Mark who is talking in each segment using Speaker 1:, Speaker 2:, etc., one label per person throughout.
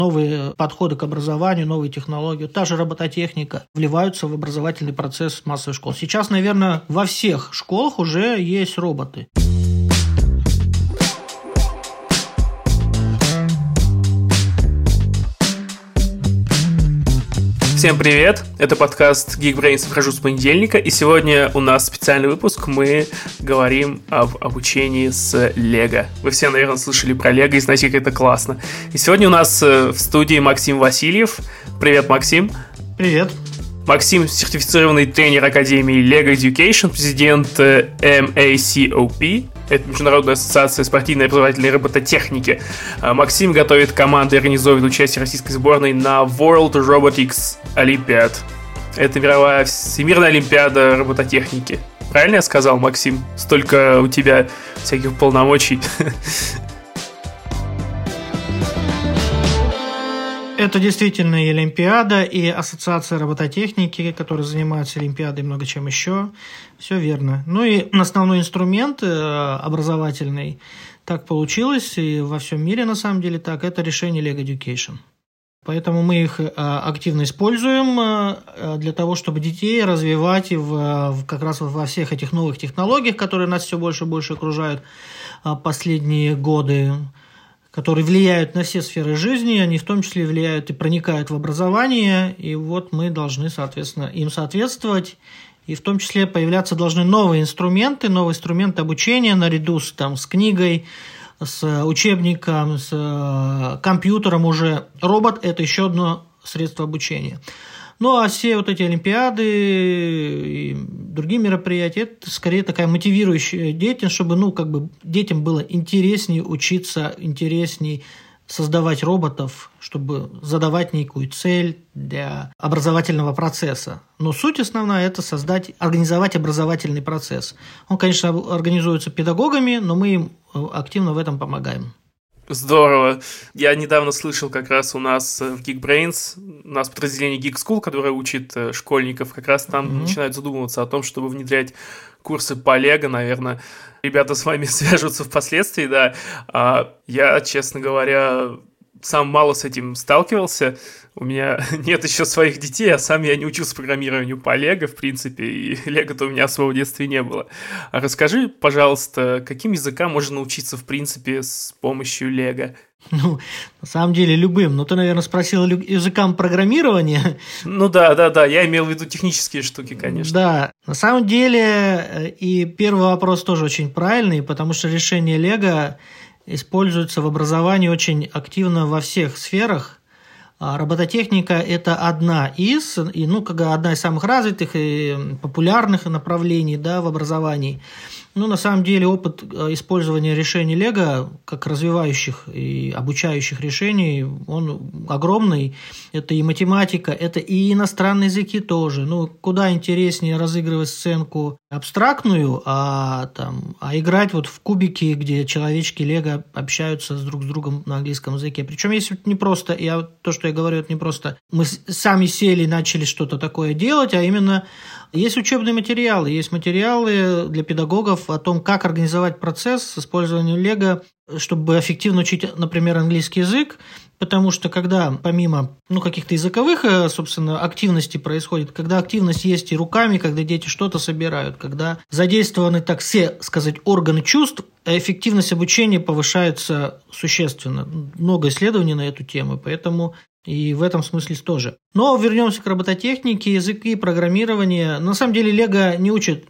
Speaker 1: новые подходы к образованию, новые технологии, та же робототехника вливаются в образовательный процесс массовых школ. Сейчас, наверное, во всех школах уже есть роботы.
Speaker 2: Всем привет! Это подкаст Geekbrains «Вхожу с понедельника», и сегодня у нас специальный выпуск. Мы говорим об обучении с Лего. Вы все, наверное, слышали про Лего и знаете, как это классно. И сегодня у нас в студии Максим Васильев. Привет, Максим!
Speaker 1: Привет!
Speaker 2: Максим – сертифицированный тренер Академии Lego Education, президент MACOP. Это Международная ассоциация спортивной и образовательной робототехники. Максим готовит команды и организует участие российской сборной на World Robotics Olympiad. Это мировая всемирная олимпиада робототехники. Правильно я сказал, Максим? Столько у тебя всяких полномочий.
Speaker 1: Это действительно и Олимпиада, и Ассоциация робототехники, которая занимается Олимпиадой и много чем еще. Все верно. Ну и основной инструмент образовательный, так получилось, и во всем мире на самом деле так, это решение Lego Education. Поэтому мы их активно используем для того, чтобы детей развивать как раз во всех этих новых технологиях, которые нас все больше и больше окружают последние годы, которые влияют на все сферы жизни, они в том числе влияют и проникают в образование, и вот мы должны, соответственно, им соответствовать, и в том числе появляться должны новые инструменты обучения наряду с книгой, с учебником, с компьютером уже. Робот – это еще одно средство обучения. Ну, а все вот эти олимпиады и другие мероприятия – это скорее такая мотивирующая деятельность, чтобы, детям было интереснее учиться, интереснее создавать роботов, чтобы задавать некую цель для образовательного процесса. Но суть основная – это организовать образовательный процесс. Он, конечно, организуется педагогами, но мы им активно в этом помогаем.
Speaker 2: Здорово. Я недавно слышал как раз у нас в Geekbrains, у нас подразделение Geek School, которое учит школьников, как раз там начинают задумываться о том, чтобы внедрять курсы по Лего, наверное. Ребята с вами свяжутся впоследствии, да. Я, честно говоря, сам мало с этим сталкивался. У меня нет еще своих детей, а сам я не учился программированию по Лего, в принципе, и Лего-то у меня особо в детстве не было. А расскажи, пожалуйста, каким языкам можно научиться, в принципе, с помощью Лего?
Speaker 1: На самом деле любым. Но ты, наверное, спросил языкам программирования.
Speaker 2: Да, я имел в виду технические штуки, конечно.
Speaker 1: Да, на самом деле, и первый вопрос тоже очень правильный, потому что решение Лего используется в образовании очень активно во всех сферах. Робототехника – это одна из самых развитых и популярных направлений, в образовании. На самом деле опыт использования решений Лего как развивающих и обучающих решений, он огромный. Это и математика, это и иностранные языки тоже. Куда интереснее разыгрывать сценку абстрактную, а играть в кубики, где человечки Лего общаются друг с другом на английском языке. Причем если не просто, то, что я говорю, это не просто мы сами сели и начали что-то такое делать, а именно есть учебные материалы, есть материалы для педагогов о том, как организовать процесс с использованием Лего, чтобы эффективно учить, например, английский язык, потому что когда помимо каких-то языковых, собственно, активностей происходит, когда активность есть и руками, когда дети что-то собирают, когда задействованы, все сказать, органы чувств, эффективность обучения повышается существенно. Много исследований на эту тему, поэтому и в этом смысле тоже. Но вернемся к робототехнике, языки программирования. На самом деле Lego не учат,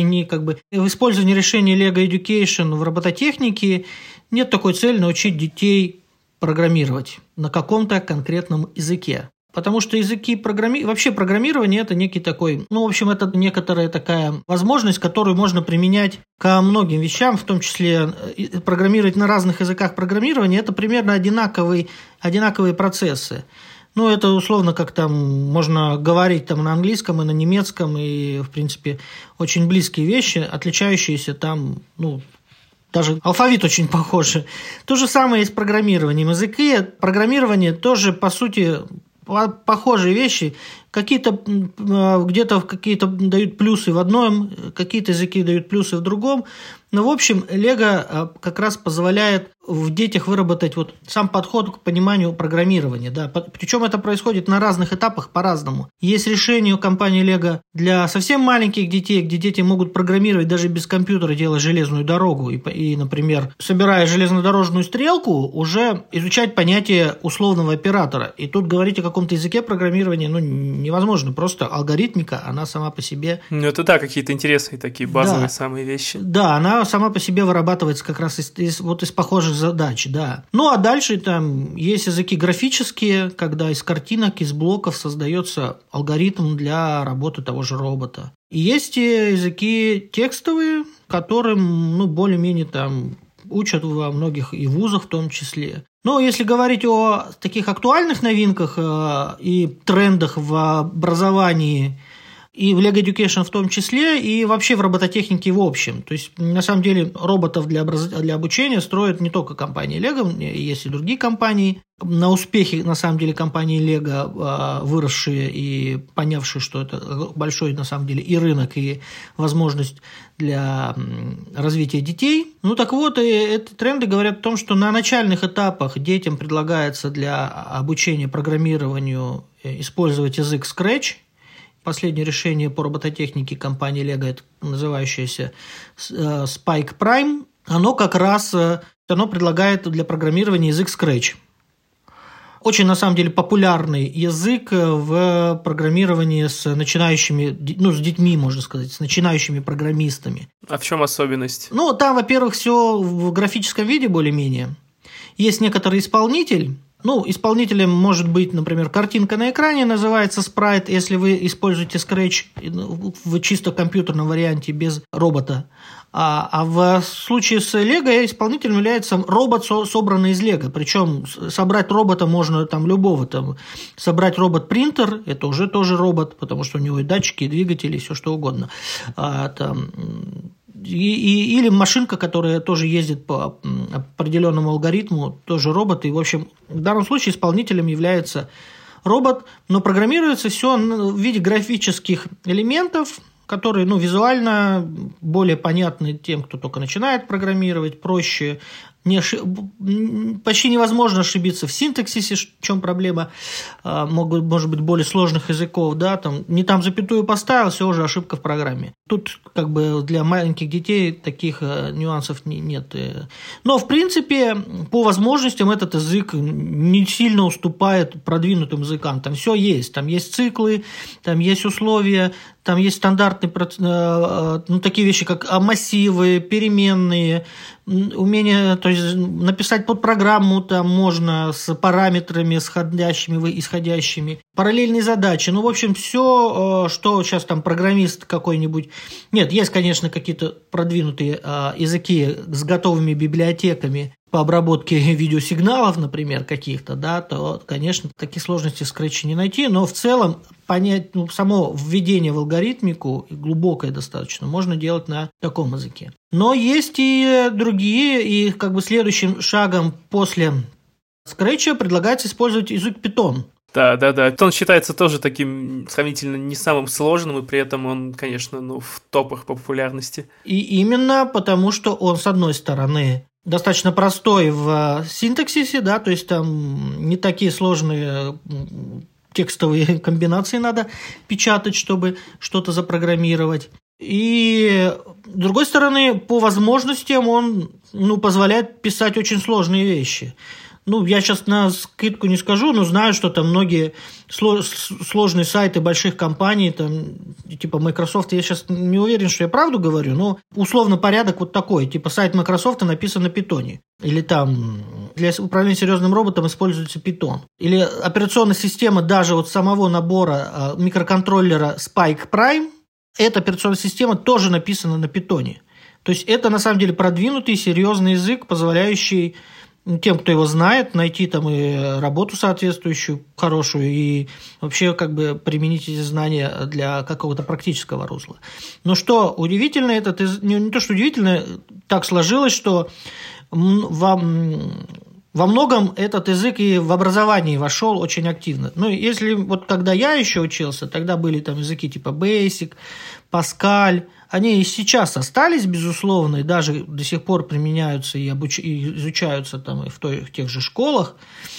Speaker 1: в использовании решения Lego Education в робототехнике нет такой цели научить детей программировать на каком-то конкретном языке. Потому что вообще программирование – это некий такой, это некоторая такая возможность, которую можно применять ко многим вещам, в том числе программировать на разных языках программирования – это примерно одинаковые процессы. Это условно, как можно говорить на английском и на немецком, и, в принципе, очень близкие вещи, отличающиеся даже алфавит очень похож. То же самое и с программированием. Языки программирования тоже, по сути, похожие вещи. Где-то какие-то дают плюсы в одном, какие-то языки дают плюсы в другом. Но, в общем, Lego как раз позволяет в детях выработать вот сам подход к пониманию программирования. Да. Причем это происходит на разных этапах по-разному. Есть решение у компании Lego для совсем маленьких детей, где дети могут программировать даже без компьютера, делая железную дорогу. И, например, собирая железнодорожную стрелку, уже изучать понятие условного оператора. И тут говорить о каком-то языке программирования невозможно. Просто алгоритмика, она сама по себе...
Speaker 2: Ну, это да, какие-то интересные такие базовые самые вещи.
Speaker 1: Да, она сама по себе вырабатывается как раз из похожих задач, да. Ну, а дальше там есть языки графические, когда из картинок, из блоков создается алгоритм для работы того же робота. И есть языки текстовые, которым, более-менее там учат во многих и вузах в том числе. Но если говорить о таких актуальных новинках и трендах в образовании, и в Lego Education в том числе, и вообще в робототехнике в общем. То есть, на самом деле, роботов для обучения строят не только компания Lego, есть и другие компании. На успехе, на самом деле, компании Lego, выросшие и понявшие, что это большой, на самом деле, и рынок, и возможность для развития детей. Ну, так вот, эти тренды говорят о том, что на начальных этапах детям предлагается для обучения программированию использовать язык Scratch. Последнее решение по робототехнике компании Lego, это называющееся Spike Prime, оно как раз предлагает для программирования язык Scratch. Очень, на самом деле, популярный язык в программировании с начинающими, с детьми, можно сказать, с начинающими программистами.
Speaker 2: А в чем особенность?
Speaker 1: Там, во-первых, все в графическом виде более-менее. Есть некоторый исполнитель. Исполнителем может быть, например, картинка на экране, называется спрайт, если вы используете Scratch в чисто компьютерном варианте без робота. А в случае с Lego исполнителем является робот, собранный из Lego. Причем собрать робота можно любого. Собрать робот-принтер – это уже тоже робот, потому что у него и датчики, и двигатели, и все что угодно. Или машинка, которая тоже ездит по определенному алгоритму, тоже робот. И, в общем, в данном случае исполнителем является робот, но программируется все в виде графических элементов, которые визуально более понятны тем, кто только начинает программировать, проще. Почти невозможно ошибиться в синтаксисе, в чем проблема, может быть, более сложных языков, не там запятую поставил, все уже ошибка в программе. Тут для маленьких детей таких нюансов нет. Но, в принципе, по возможностям этот язык не сильно уступает продвинутым языкам. Там все есть. Там есть циклы, там есть условия, там есть стандартные, такие вещи, как массивы, переменные, умение, то есть написать под программу там можно с параметрами, сходящими, исходящими, параллельные задачи. В общем, все, что сейчас там программист какой-нибудь... Нет, есть, конечно, какие-то продвинутые языки с готовыми библиотеками по обработке видеосигналов, например, каких-то, то, конечно, такие сложности в Scratch не найти, но в целом понять, само введение в алгоритмику, глубокое достаточно, можно делать на таком языке. Но есть и другие, и следующим шагом после Scratch предлагается использовать язык Python.
Speaker 2: Да. Python считается тоже таким сравнительно не самым сложным, и при этом он, конечно, в топах по популярности.
Speaker 1: И именно потому, что он, с одной стороны, достаточно простой в синтаксисе, то есть там не такие сложные текстовые комбинации надо печатать, чтобы что-то запрограммировать. И, с другой стороны, по возможностям он позволяет писать очень сложные вещи. Я сейчас на скидку не скажу, но знаю, что там многие сложные сайты больших компаний, типа Microsoft, я сейчас не уверен, что я правду говорю, но условно порядок вот такой, типа сайт Microsoft написан на Python. Или там для управления серьезным роботом используется Python. Или операционная система даже самого набора микроконтроллера Spike Prime, эта операционная система тоже написана на Python. То есть это на самом деле продвинутый серьезный язык, позволяющий тем, кто его знает, найти там и работу соответствующую, хорошую, и вообще применить эти знания для какого-то практического русла. Но что удивительно, не то, что удивительно, так сложилось, что в во многом этот язык и в образовании вошел очень активно. Ну, если вот когда я еще учился, тогда были там языки типа Basic, Pascal. Они и сейчас остались, безусловно, и даже до сих пор применяются и изучаются там и в тех же школах.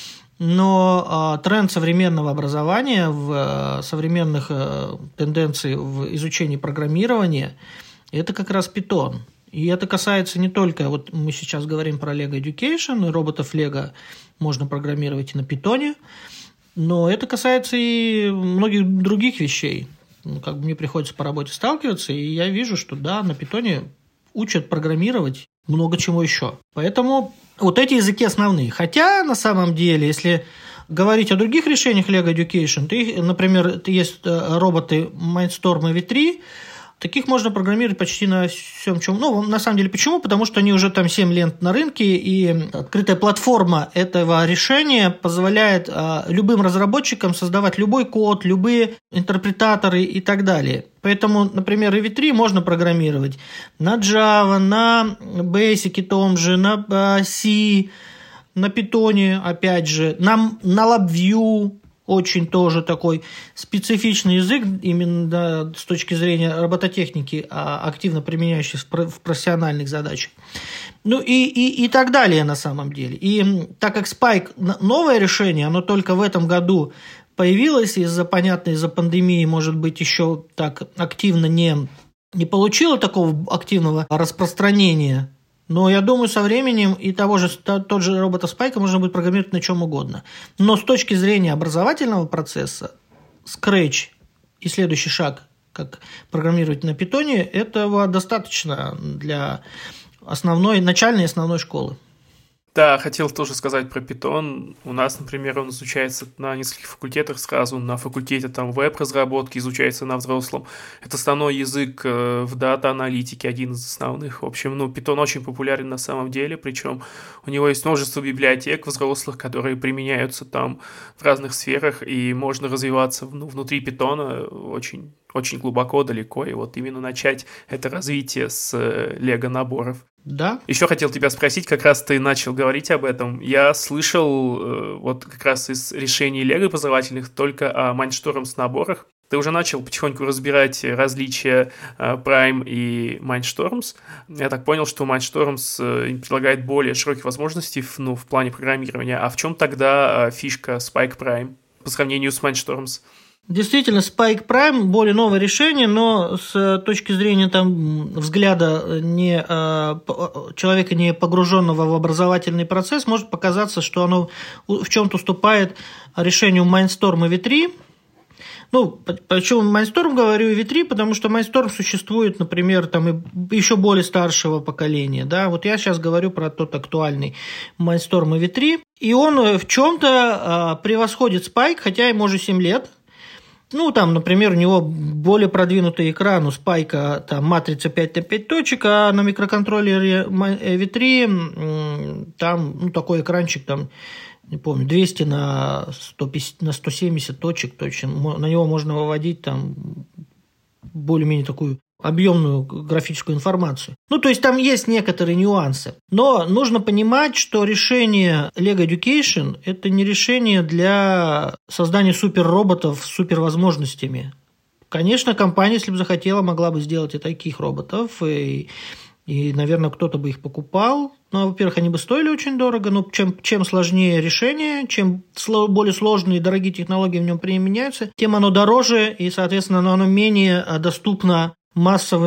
Speaker 1: Но тренд современного образования, в современных тенденций в изучении программирования – это как раз Python. И это касается не только, вот мы сейчас говорим про Lego Education, и роботов Lego можно программировать и на Python, но это касается и многих других вещей. Как бы мне приходится по работе сталкиваться, и я вижу, что да, на Python учат программировать много чему еще. Поэтому вот эти языки основные. Хотя, на самом деле, если говорить о других решениях Lego Education, например, есть роботы Mindstorm и V3, таких можно программировать почти на всем, чем. Ну, на самом деле, почему? Потому что они уже там 7 лет на рынке, и открытая платформа этого решения позволяет любым разработчикам создавать любой код, любые интерпретаторы и так далее. Поэтому, например, и V3 можно программировать на Java, на Basic том же, на C, на Python, опять же, на LabVIEW. Очень тоже такой специфичный язык, именно с точки зрения робототехники, активно применяющийся в профессиональных задачах. Ну и так далее на самом деле. И так как Spike новое решение, оно только в этом году появилось, из-за пандемии, может быть, еще так активно не получило такого активного распространения. Но я думаю, со временем и тот же робота Spike можно будет программировать на чем угодно. Но с точки зрения образовательного процесса, Scratch и следующий шаг, как программировать на Python, этого достаточно для начальной и основной школы.
Speaker 2: Да, хотел тоже сказать про Python. У нас, например, он изучается на нескольких факультетах сразу. На факультете там веб-разработки изучается на взрослом. Это основной язык в дата-аналитике, один из основных. В общем, Python очень популярен на самом деле, причем у него есть множество библиотек взрослых, которые применяются там в разных сферах, и можно развиваться внутри Python очень, очень глубоко, далеко. И вот именно начать это развитие с Lego-наборов.
Speaker 1: Да.
Speaker 2: Еще хотел тебя спросить, как раз ты начал говорить об этом. Я слышал вот как раз из решений Lego познавательных только о Mindstorms наборах. Ты уже начал потихоньку разбирать различия Prime и Mindstorms. Я так понял, что Mindstorms предлагает более широкие возможности в плане программирования. А в чем тогда фишка Spike Prime по сравнению с Mindstorms?
Speaker 1: Действительно, Spike Prime более новое решение, но с точки зрения взгляда человека, не погруженного в образовательный процесс, может показаться, что оно в чем-то уступает решению Mindstorm и V3. Почему Mindstorm говорю и V3? Потому что Mindstorm существует, например, и еще более старшего поколения. Да? Вот я сейчас говорю про тот актуальный Mindstorm и V3. И он в чем-то превосходит Spike, хотя ему уже 7 лет. Например, у него более продвинутый экран, у Spike матрица 5/5 точек, а на микроконтроллере V3 там такой экранчик, не помню, 200 на 170 точек точно. На него можно выводить более-менее такую объемную графическую информацию. То есть там есть некоторые нюансы. Но нужно понимать, что решение Lego Education – это не решение для создания суперроботов с супервозможностями. Конечно, компания, если бы захотела, могла бы сделать и таких роботов, и наверное, кто-то бы их покупал. Во-первых, они бы стоили очень дорого, но чем сложнее решение, чем более сложные и дорогие технологии в нем применяются, тем оно дороже, и, соответственно, оно менее доступно в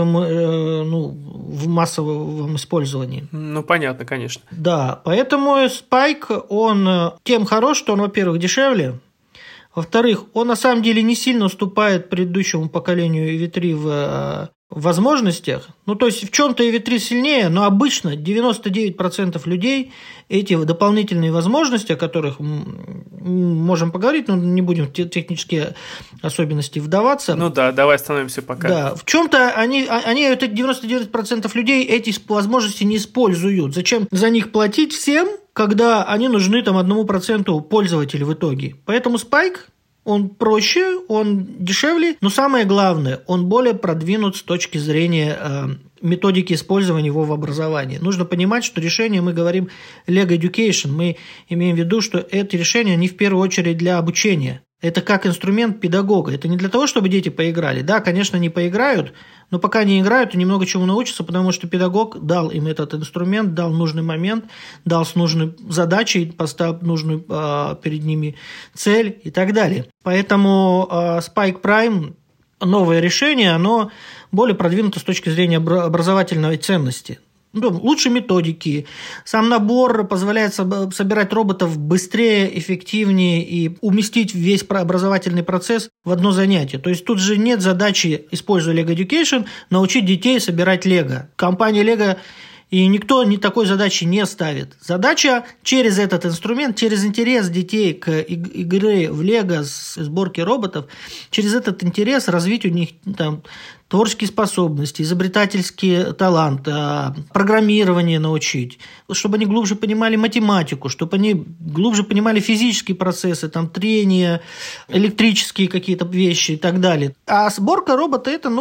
Speaker 1: массовом использовании.
Speaker 2: Понятно, конечно.
Speaker 1: Да, поэтому Spike, он тем хорош, что он, во-первых, дешевле, во-вторых, он на самом деле не сильно уступает предыдущему поколению V3 в возможностях. То есть в чем-то и V3 сильнее, но обычно 99% людей эти дополнительные возможности, о которых мы можем поговорить, но не будем в технические особенности вдаваться.
Speaker 2: Давай остановимся пока.
Speaker 1: Да, в чем-то они 99% людей эти возможности не используют. Зачем за них платить всем, когда они нужны 1% пользователя в итоге? Поэтому Spike, он проще, он дешевле, но самое главное, он более продвинут с точки зрения методики использования его в образовании. Нужно понимать, что решение, мы говорим Lego Education, мы имеем в виду, что это решение не в первую очередь для обучения. Это как инструмент педагога. Это не для того, чтобы дети поиграли. Да, конечно, они поиграют, но пока не играют, они много чему научатся, потому что педагог дал им этот инструмент, дал нужный момент, дал с нужной задачей, поставил нужную перед ними цель и так далее. Поэтому Spike Prime, новое решение, оно более продвинуто с точки зрения образовательной ценности. Лучше методики. Сам набор позволяет собирать роботов быстрее, эффективнее и уместить весь образовательный процесс в одно занятие. То есть тут же нет задачи, используя Lego Education, научить детей собирать Lego. Компания Lego и никто такой задачи не ставит. Задача через этот инструмент, через интерес детей к игре в Lego, сборке роботов, через этот интерес развить у них творческие способности, изобретательский талант, программирование научить, чтобы они глубже понимали математику, чтобы они глубже понимали физические процессы, трение, электрические какие-то вещи и так далее. А сборка робота – это,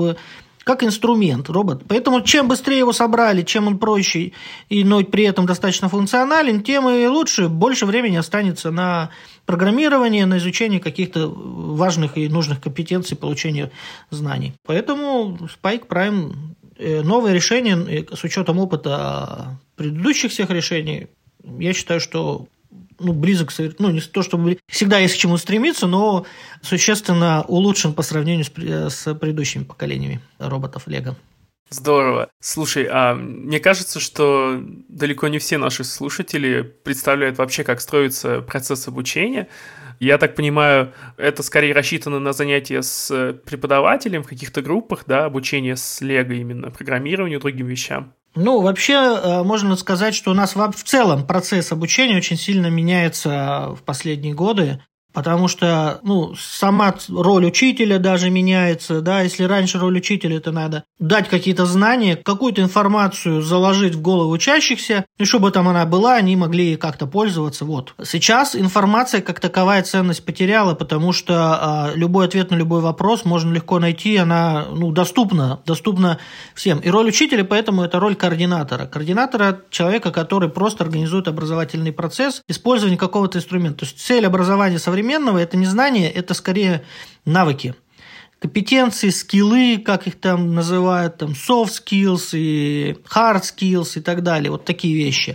Speaker 1: как инструмент, робот. Поэтому чем быстрее его собрали, чем он проще, но при этом достаточно функционален, тем и лучше, больше времени останется на программирование, на изучение каких-то важных и нужных компетенций, получение знаний. Поэтому Spike Prime новое решение с учетом опыта предыдущих всех решений, я считаю, что близок, не то чтобы всегда есть к чему стремиться, но существенно улучшен по сравнению с предыдущими поколениями роботов Lego.
Speaker 2: Здорово. Слушай, мне кажется, что далеко не все наши слушатели представляют вообще, как строится процесс обучения. Я так понимаю, это скорее рассчитано на занятия с преподавателем в каких-то группах, да, обучение с Lego именно, программированию, другим вещам.
Speaker 1: Вообще, можно сказать, что у нас в целом процесс обучения очень сильно меняется в последние годы, потому что, сама роль учителя даже меняется, да, если раньше роль учителя это надо дать какие-то знания, какую-то информацию заложить в голову учащихся, и чтобы там она была, они могли как-то пользоваться, Сейчас информация как таковая ценность потеряла, потому что любой ответ на любой вопрос можно легко найти, она, доступна всем. И роль учителя, поэтому это роль координатора, человека, который просто организует образовательный процесс, использование какого-то инструмента. То есть цель образования современного – это не знание, это скорее навыки. Компетенции, скиллы, как их там называют, soft skills и hard skills и так далее, такие вещи.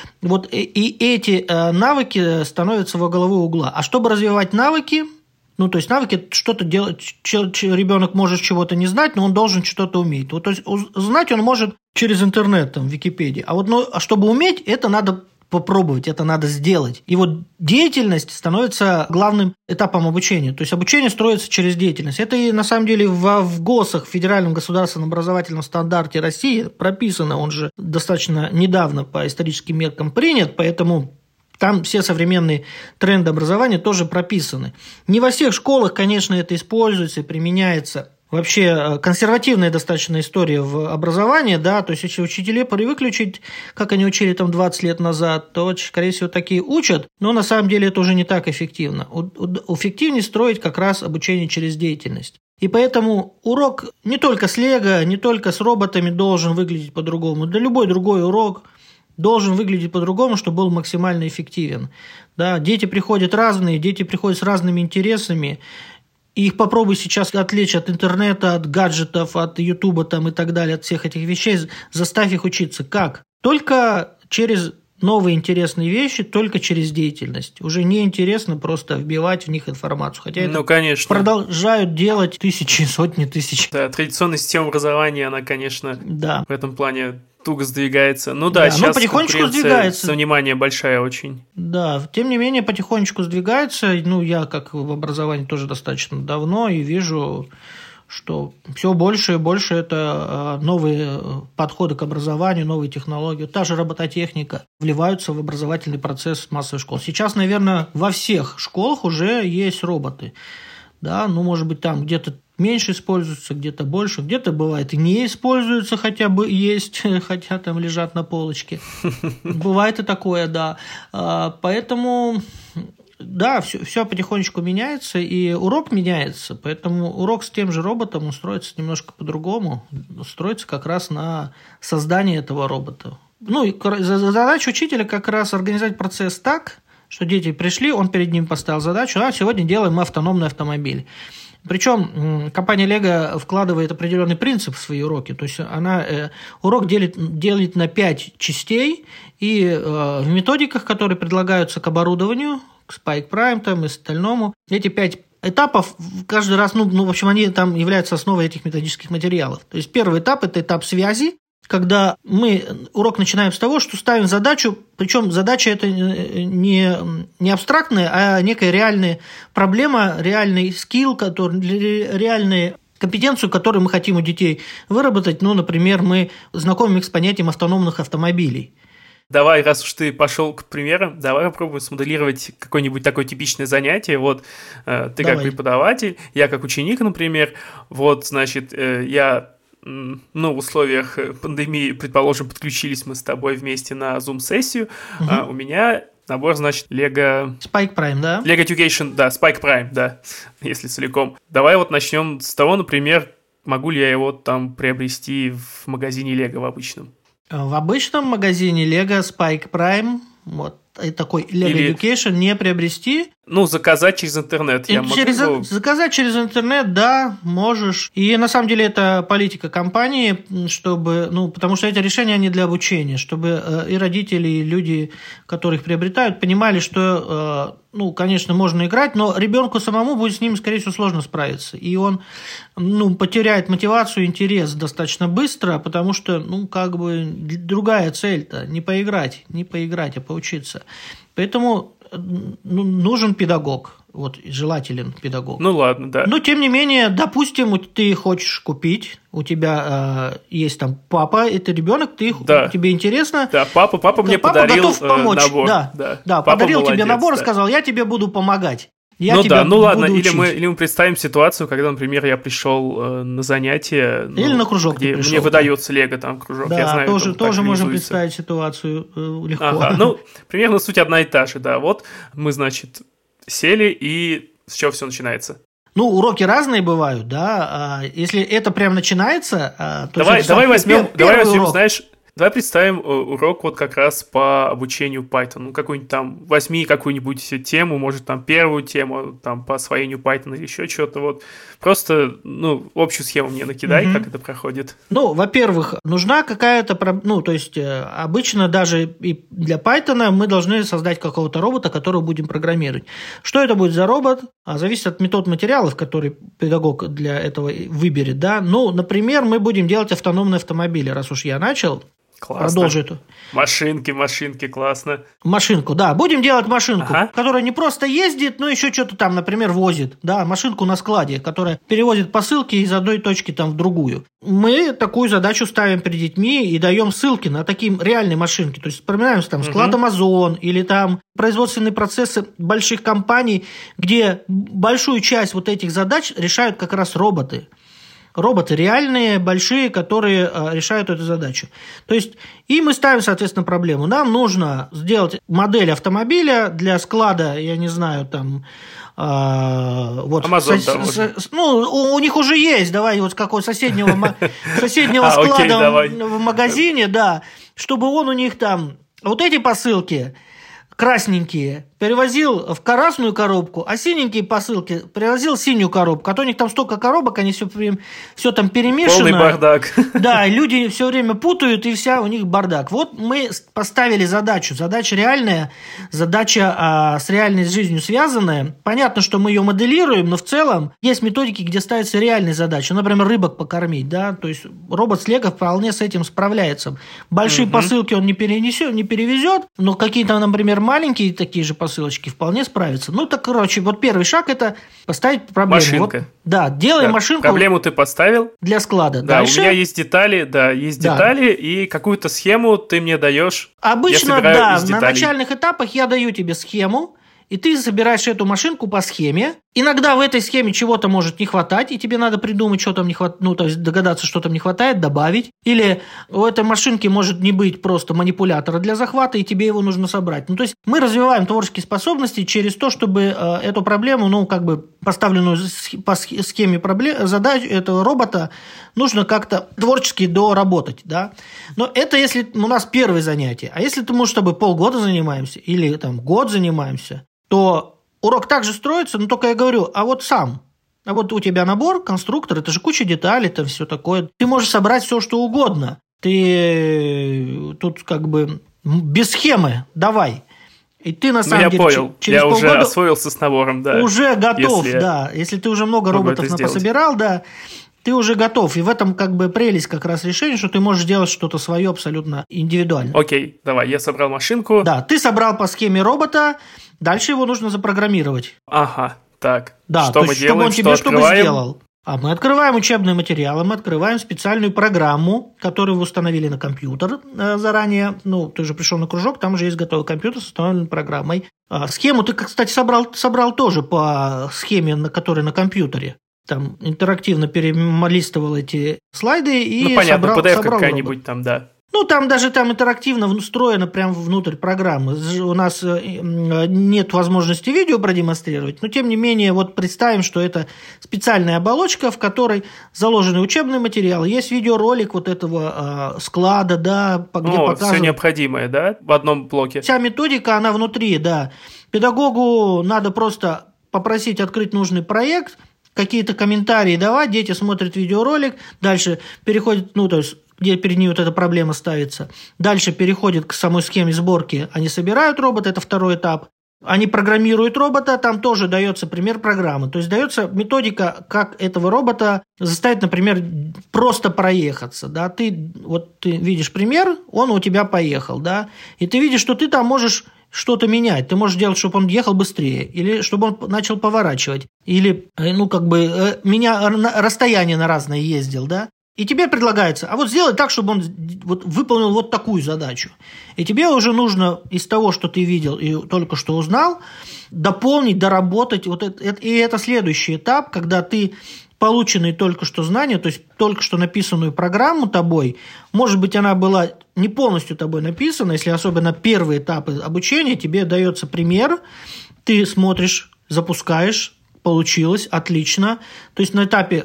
Speaker 1: И эти навыки становятся во главу угла. А чтобы развивать навыки, то есть навыки что-то делать, ребенок может чего-то не знать, но он должен что-то уметь. То есть знать он может через интернет, в Википедии. А чтобы уметь, это надо попробовать, это надо сделать. И деятельность становится главным этапом обучения. То есть обучение строится через деятельность. Это и на самом деле в ГОСах, в Федеральном государственном образовательном стандарте России прописано, он же достаточно недавно по историческим меркам принят, поэтому там все современные тренды образования тоже прописаны. Не во всех школах, конечно, это используется и применяется. Вообще консервативная достаточно история в образовании, да, то есть если учителя привыкли учить, как они учили 20 лет назад, то, скорее всего, такие учат, но на самом деле это уже не так эффективно. Эффективнее строить как раз обучение через деятельность. И поэтому урок не только с Lego, не только с роботами должен выглядеть по-другому, да любой другой урок должен выглядеть по-другому, чтобы был максимально эффективен. Да, дети приходят разные, дети приходят с разными интересами. И их попробуй сейчас отвлечь от интернета, от гаджетов, от Ютуба и так далее, от всех этих вещей, заставь их учиться. Как? Только через новые интересные вещи, только через деятельность. Уже не интересно просто вбивать в них информацию. Хотя это
Speaker 2: конечно.
Speaker 1: Продолжают делать тысячи, сотни тысяч.
Speaker 2: Да, традиционная система образования, она, конечно, в этом плане туго сдвигается. Сейчас
Speaker 1: потихонечку сдвигается.
Speaker 2: Со внимание большая очень.
Speaker 1: Да, тем не менее, потихонечку сдвигается. Я, как в образовании, тоже достаточно давно, и вижу, что все больше и больше это новые подходы к образованию, новые технологии. Та же робототехника вливаются в образовательный процесс массовых школ. Сейчас, наверное, во всех школах уже есть роботы. Да, может быть, там где-то меньше используются, где-то больше, где-то бывает и не используются, хотя бы есть, хотя там лежат на полочке. Бывает и такое, да. Поэтому да, все потихонечку меняется, и урок меняется, поэтому урок с тем же роботом устроится немножко по-другому, строится как раз на создание этого робота. Ну, и задача учителя как раз организовать процесс так, что дети пришли, он перед ним поставил задачу, сегодня делаем мы автономный автомобиль. Причем компания Lego вкладывает определенный принцип в свои уроки. То есть она урок делит на 5 частей, и в методиках, которые предлагаются к оборудованию, к Spike Prime там, и остальному, эти 5 этапов каждый раз, в общем, они там являются основой этих методических материалов. То есть первый этап – это этап связи, когда мы урок начинаем с того, что ставим задачу, причем задача это не абстрактная, а некая реальная проблема, реальный скилл, реальную компетенцию, которую мы хотим у детей выработать. Например, мы знакомим их с понятием автономных автомобилей.
Speaker 2: Давай, раз уж ты пошел к примерам, давай попробуем смоделировать какое-нибудь такое типичное занятие. Вот ты как преподаватель, я как ученик, например. Вот, значит, я... в условиях пандемии, предположим, подключились мы с тобой вместе на Zoom-сессию. У меня набор, значит, Lego...
Speaker 1: Spike Prime, да?
Speaker 2: Lego Education, да, Spike Prime, да, если целиком. Давай вот начнем с того, например, могу ли я его там приобрести в магазине Lego в обычном? В
Speaker 1: обычном магазине Lego Spike Prime, вот, и такой Lego Education не приобрести.
Speaker 2: Заказать через интернет я могу?
Speaker 1: Заказать через интернет, да, можешь. И на самом деле это политика компании, чтобы, потому что эти решения, они для обучения, чтобы и родители, и люди, которые их приобретают, понимали, что, конечно, можно играть, но ребенку самому будет с ним, скорее всего, сложно справиться. И он, потеряет мотивацию, интерес достаточно быстро, потому что, другая цель-то не поиграть, а поучиться. Поэтому нужен педагог, желателен педагог.
Speaker 2: Ладно, да.
Speaker 1: Но, тем не менее, допустим, ты хочешь купить, у тебя есть там папа, это ребенок, тебе интересно.
Speaker 2: Да, папа мне подарил
Speaker 1: готов помочь.
Speaker 2: Набор.
Speaker 1: Да, подарил молодец, тебе набор и сказал, я тебе буду помогать.
Speaker 2: Ладно, или мы представим ситуацию, когда, например, я пришел на занятие,
Speaker 1: или на кружок
Speaker 2: где мне выдается Лего, там кружок,
Speaker 1: да,
Speaker 2: я знаю,
Speaker 1: тоже можно представить ситуацию легко.
Speaker 2: Ага, примерно суть одна и та же, да. Вот мы, значит, сели, и с чего все начинается?
Speaker 1: Уроки разные бывают, да. Если это прям начинается, то
Speaker 2: давай возьмем, знаешь. Давай представим урок вот как раз по обучению Python. Какую-нибудь там, возьми какую-нибудь тему, может, там первую тему, там, по освоению Python или еще что-то. Вот. Просто, общую схему мне накидай, как это проходит.
Speaker 1: Во-первых, нужна какая-то, то есть, обычно даже и для Python мы должны создать какого-то робота, которого будем программировать. Что это будет за робот? Зависит от метод материалов, которые педагог для этого выберет, да. Например, мы будем делать автономные автомобили, раз уж я начал.
Speaker 2: Классно.
Speaker 1: Продолжу эту.
Speaker 2: Машинки, классно.
Speaker 1: Машинку, да. Будем делать машинку, которая не просто ездит, но еще что-то там, например, возит. Да, машинку на складе, которая перевозит посылки из одной точки там в другую. Мы такую задачу ставим перед детьми и даем ссылки на такие реальные машинки. То есть вспоминаем там склад Amazon или там производственные процессы больших компаний, где большую часть вот этих задач решают как раз роботы. Роботы реальные, большие, которые решают эту задачу. То есть, и мы ставим, соответственно, проблему. Нам нужно сделать модель автомобиля для склада, я не знаю, там...
Speaker 2: Amazon,
Speaker 1: у них уже есть, давай, вот какого соседнего склада в магазине, да, чтобы он у них там... Вот эти посылки красненькие перевозил в красную коробку, а синенькие посылки перевозил в синюю коробку. А то у них там столько коробок, они все там перемешано.
Speaker 2: Полный бардак.
Speaker 1: Да, люди все время путают, и вся у них бардак. Вот мы поставили задачу. Задача реальная, задача с реальной жизнью связанная. Понятно, что мы ее моделируем, но в целом есть методики, где ставятся реальные задачи. Например, рыбок покормить, да, то есть робот с Lego вполне с этим справляется. Большие посылки он не перевезет, но какие-то, например, маленькие такие же посылочки вполне справятся. Вот первый шаг – это поставить проблему.
Speaker 2: Машинка.
Speaker 1: Делаем машинку.
Speaker 2: Проблему ты поставил.
Speaker 1: Для склада.
Speaker 2: Да,
Speaker 1: дальше...
Speaker 2: у меня есть детали, детали, и какую-то схему ты мне даешь.
Speaker 1: Обычно, на начальных этапах я даю тебе схему, и ты собираешь эту машинку по схеме, Иногда в этой схеме чего-то может не хватать, и тебе надо придумать, что там не хватает, ну, то есть догадаться, что там не хватает, добавить. Или у этой машинки может не быть просто манипулятора для захвата, и тебе его нужно собрать. Ну, то есть мы развиваем творческие способности через то, чтобы эту проблему, ну, как бы поставленную по схеме задач этого робота, нужно как-то творчески доработать, да. Но это если у нас первое занятие. А если мы с тобой полгода занимаемся или там год занимаемся, то урок также строится, но только я говорю, а вот сам. А вот у тебя набор, конструктор, это же куча деталей, там все такое. Ты можешь собрать все, что угодно. Ты тут как бы без схемы давай. И ты на самом деле
Speaker 2: понял.
Speaker 1: через
Speaker 2: я
Speaker 1: полгода
Speaker 2: уже освоился с набором, да.
Speaker 1: Уже готов, да. Если ты уже много роботов пособирал, да, ты уже готов. И в этом как бы прелесть как раз решения, что ты можешь делать что-то свое абсолютно индивидуально.
Speaker 2: Окей, давай, я собрал машинку.
Speaker 1: Да, ты собрал по схеме робота, дальше его нужно запрограммировать.
Speaker 2: Ага, так.
Speaker 1: Да,
Speaker 2: что мы делаем, что открываем?
Speaker 1: Сделал. А мы открываем учебные материалы, мы открываем специальную программу, которую вы установили на компьютер заранее. Ну, ты же пришел на кружок, там уже есть готовый компьютер с установленной программой. Схему ты, кстати, собрал тоже по схеме, которая на компьютере. Там интерактивно перелистывал эти слайды и
Speaker 2: ну, понятно,
Speaker 1: собрал
Speaker 2: какая-нибудь там, да.
Speaker 1: Ну, там даже интерактивно встроено прямо внутрь программы. У нас нет возможности видео продемонстрировать, но тем не менее, вот представим, что это специальная оболочка, в которой заложены учебные материалы. Есть видеоролик вот этого склада, да, где показывают.
Speaker 2: Все необходимое, да, в одном блоке.
Speaker 1: Вся методика, она внутри, да. Педагогу надо просто попросить открыть нужный проект, какие-то комментарии давать, дети смотрят видеоролик, дальше переходят, ну, то есть, где перед ними вот эта проблема ставится. Дальше переходит к самой схеме сборки. Они собирают робота, это второй этап. Они программируют робота, там тоже дается пример программы. То есть дается методика, как этого робота заставить, например, просто проехаться. Да? Ты видишь пример, он у тебя поехал, да? И ты видишь, что ты там можешь что-то менять. Ты можешь делать, чтобы он ехал быстрее, или чтобы он начал поворачивать, или расстояние на разное ездил, да? И тебе предлагается, а вот сделай так, чтобы он выполнил вот такую задачу. И тебе уже нужно из того, что ты видел и только что узнал, дополнить, доработать. И это следующий этап, когда ты полученные только что знания, то есть только что написанную программу тобой, может быть, она была не полностью тобой написана, если особенно первые этапы обучения, тебе дается пример, ты смотришь, запускаешь, получилось, отлично. То есть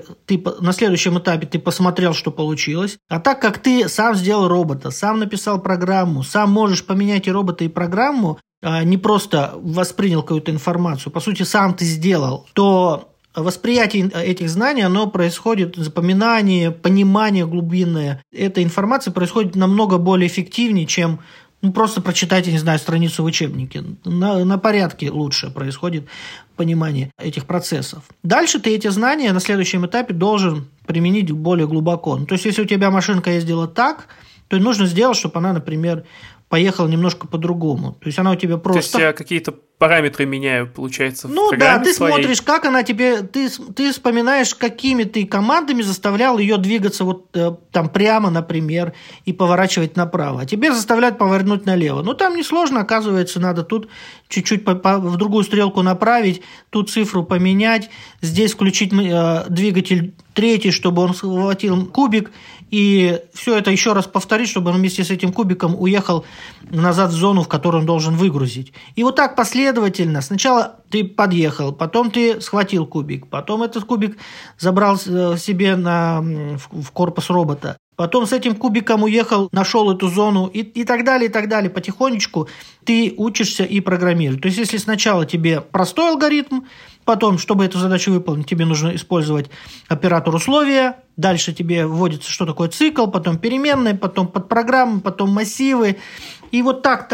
Speaker 1: на следующем этапе ты посмотрел, что получилось. А так как ты сам сделал робота, сам написал программу, сам можешь поменять и робота, и программу, не просто воспринял какую-то информацию, по сути, сам ты сделал, то восприятие этих знаний, оно происходит, запоминание, понимание глубинное этой информации происходит намного более эффективнее, чем просто прочитать, я не знаю, страницу в учебнике. На порядке лучше происходит понимание этих процессов. Дальше ты эти знания на следующем этапе должен применить более глубоко. То есть, если у тебя машинка ездила так, то нужно сделать, чтобы она, например, поехала немножко по-другому. То есть, она у тебя просто...
Speaker 2: То есть, я какие-то параметры меняю, получается, в программе
Speaker 1: да, ты
Speaker 2: своей.
Speaker 1: смотришь, как она тебе... Ты вспоминаешь, какими ты командами заставлял ее двигаться там прямо, например, и поворачивать направо. А тебе заставляют повернуть налево. Там несложно, оказывается, надо тут чуть-чуть в другую стрелку направить, тут цифру поменять, здесь включить двигатель третий, чтобы он схватил кубик, и все это еще раз повторить, чтобы он вместе с этим кубиком уехал назад в зону, в которую он должен выгрузить. И вот так последовательно. Сначала ты подъехал, потом ты схватил кубик, потом этот кубик забрал себе в корпус робота, потом с этим кубиком уехал, нашел эту зону и так далее, и так далее. Потихонечку ты учишься и программируешь. То есть, если сначала тебе простой алгоритм, потом, чтобы эту задачу выполнить, тебе нужно использовать оператор условия, дальше тебе вводится, что такое цикл, потом переменные, потом подпрограммы, потом массивы. И вот так,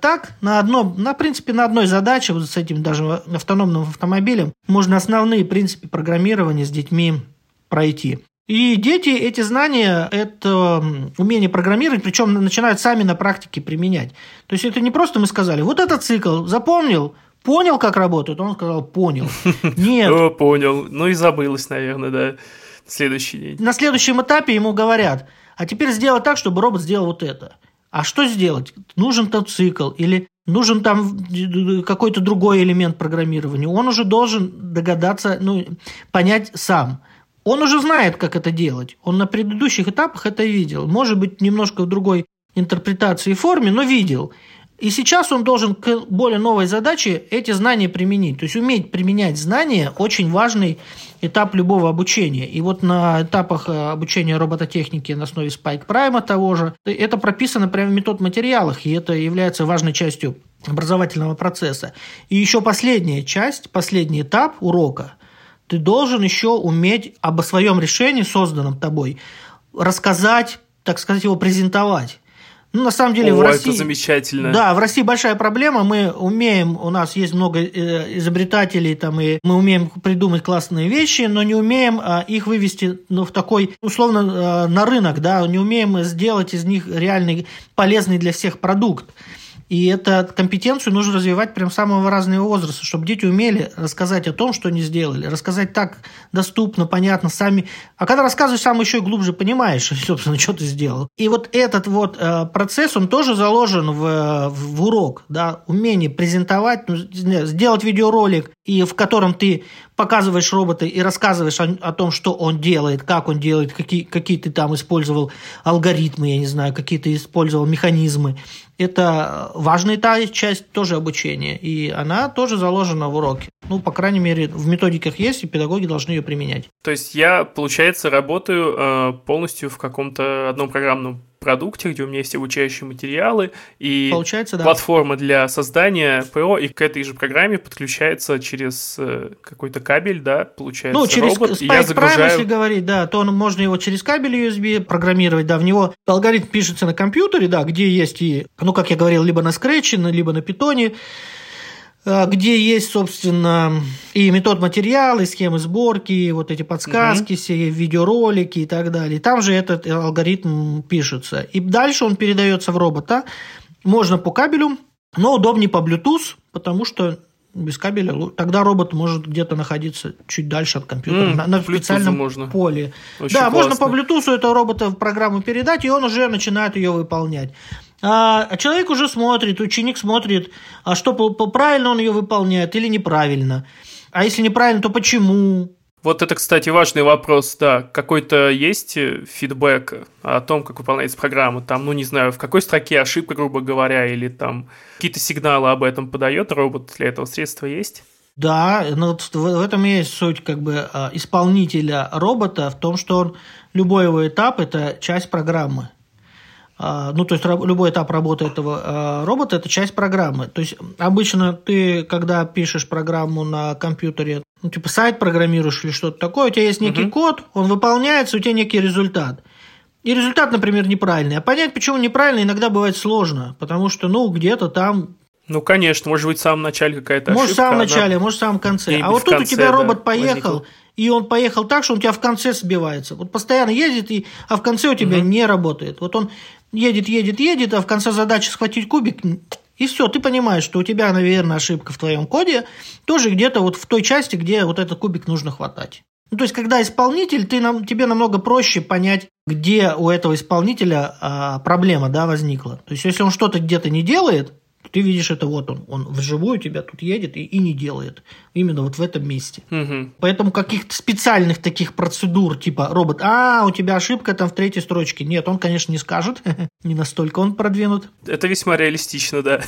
Speaker 1: в принципе, на одной задаче, вот с этим даже автономным автомобилем, можно основные принципы программирования с детьми пройти. И дети эти знания, это умение программировать, причем начинают сами на практике применять. То есть, это не просто мы сказали, вот этот цикл, запомнил, понял, как работает? Он сказал, понял. Нет.
Speaker 2: Понял. И забылось, наверное, да. Следующий день.
Speaker 1: На следующем этапе ему говорят, а теперь сделай так, чтобы робот сделал вот это. А что сделать? Нужен тот цикл, или нужен там какой-то другой элемент программирования, он уже должен догадаться, понять сам. Он уже знает, как это делать. Он на предыдущих этапах это видел. Может быть, немножко в другой интерпретации и форме, но видел. И сейчас он должен к более новой задаче эти знания применить. То есть уметь применять знания – очень важный этап любого обучения. И вот на этапах обучения робототехники на основе Spike Prime того же, это прописано прямо в метод-материалах, и это является важной частью образовательного процесса. И еще последняя часть, последний этап урока – ты должен еще уметь об своем решении, созданном тобой, рассказать, так сказать, его презентовать. На самом деле в России...
Speaker 2: это замечательно.
Speaker 1: Да, в России большая проблема. Мы умеем, у нас есть много изобретателей, и мы умеем придумать классные вещи, но не умеем их вывести в такой, условно, на рынок, да, не умеем сделать из них реальный, полезный для всех продукт. И эту компетенцию нужно развивать прям с самого разного возраста, чтобы дети умели рассказать о том, что они сделали, рассказать так доступно, понятно, сами. А когда рассказываешь, сам еще и глубже понимаешь, собственно, что ты сделал. И вот этот процесс, он тоже заложен в урок, да, умение презентовать, сделать видеоролик, и в котором ты показываешь робота и рассказываешь о том, что он делает, как он делает, какие ты там использовал алгоритмы, я не знаю, какие ты использовал механизмы. Это важная та часть тоже обучения, и она тоже заложена в уроке. По крайней мере, в методиках есть, и педагоги должны ее применять.
Speaker 2: То есть я, получается, работаю полностью в каком-то одном программном продукте, где у меня есть обучающие материалы и платформа для создания ПО, и к этой же программе подключается через какой-то кабель, да, получается,
Speaker 1: через
Speaker 2: робот,
Speaker 1: и я загружаю... Prime, если говорить, да, то можно его через кабель USB программировать, да, в него алгоритм пишется на компьютере, да, где есть и, как я говорил, либо на Scratch, либо на Python, где есть, собственно, и метод-материалы, схемы сборки, вот эти подсказки, все видеоролики и так далее. Там же этот алгоритм пишется. И дальше он передается в робота. Можно по кабелю, но удобнее по Bluetooth, потому что без кабеля тогда робот может где-то находиться чуть дальше от компьютера, на специальном поле.
Speaker 2: Очень
Speaker 1: да,
Speaker 2: классно.
Speaker 1: Можно по Bluetooth этого робота в программу передать, и он уже начинает ее выполнять. А человек уже смотрит, ученик смотрит, а что правильно он ее выполняет или неправильно. А если неправильно, то почему?
Speaker 2: Вот это, кстати, важный вопрос, да. Какой-то есть фидбэк о том, как выполняется программа? Там, не знаю, в какой строке ошибка, грубо говоря, или там какие-то сигналы об этом подает робот, для этого средства есть?
Speaker 1: Да, в этом и есть суть исполнителя робота, в том, что он, любой его этап – это часть программы. То есть любой этап работы этого робота – это часть программы. То есть обычно ты, когда пишешь программу на компьютере, сайт программируешь или что-то такое, у тебя есть некий код, он выполняется, у тебя некий результат. И результат, например, неправильный. А понять, почему неправильный, иногда бывает сложно, потому что, где-то там…
Speaker 2: конечно, может быть, в самом начале какая-то ошибка.
Speaker 1: Может, в самом начале, может, в самом конце. А вот тут у тебя робот поехал, и он поехал так, что он у тебя в конце сбивается. Вот постоянно едет, а в конце у тебя не работает. Вот он едет, а в конце задачи схватить кубик, и все, ты понимаешь, что у тебя, наверное, ошибка в твоем коде, тоже где-то вот в той части, где вот этот кубик нужно хватать. То есть, когда исполнитель, тебе намного проще понять, где у этого исполнителя проблема, да, возникла. То есть, если он что-то где-то не делает, ты видишь это он вживую у тебя тут едет и не делает. Именно вот в этом месте. Поэтому каких-то специальных таких процедур, типа робот, у тебя ошибка там в 3-й строчке. Нет, он, конечно, не скажет. Не настолько он продвинут.
Speaker 2: Это весьма реалистично, да.